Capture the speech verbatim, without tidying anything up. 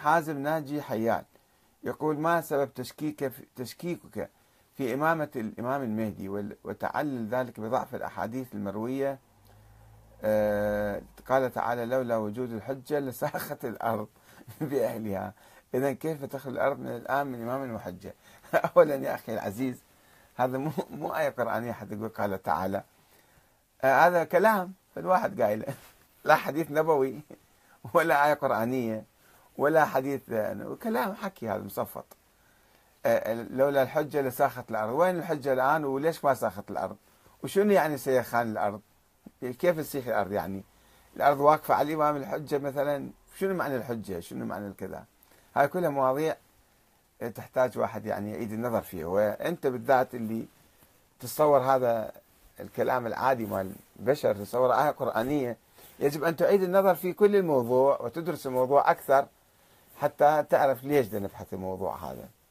حازم ناجي حيان يقول: ما سبب تشكيك في تشكيكك في إمامة الإمام المهدي وتعلل ذلك بضعف الأحاديث المروية؟ آه قال تعالى: لولا وجود الحجة لساخت الأرض بأهلها. إذا كيف تخلو الأرض من الآن من إمام وحجة؟ أولا يا أخي العزيز، هذا مو مو آية قرآنية حتى يقول قال تعالى. آه هذا كلام الواحد قايله، لا حديث نبوي ولا آية قرآنية ولا حديث، كلام حكي هذا مصفط. لولا الحجة لساخت الأرض. وين الحجة الآن وليش ما ساخت الأرض؟ وشنو يعني سيخان الأرض؟ كيف تسيخ الأرض؟ يعني الأرض واقفة على الإمام الحجة مثلا؟ شنو معنى الحجة؟ شنو معنى الكذا؟ هاي كلها مواضيع تحتاج واحد يعني يعيد النظر فيها. وأنت بالذات اللي تتصور هذا الكلام العادي مال البشر، تتصور آية قرآنية، يجب أن تعيد النظر في كل الموضوع وتدرس الموضوع أكثر حتى تعرف ليش بدنا نبحث الموضوع هذا.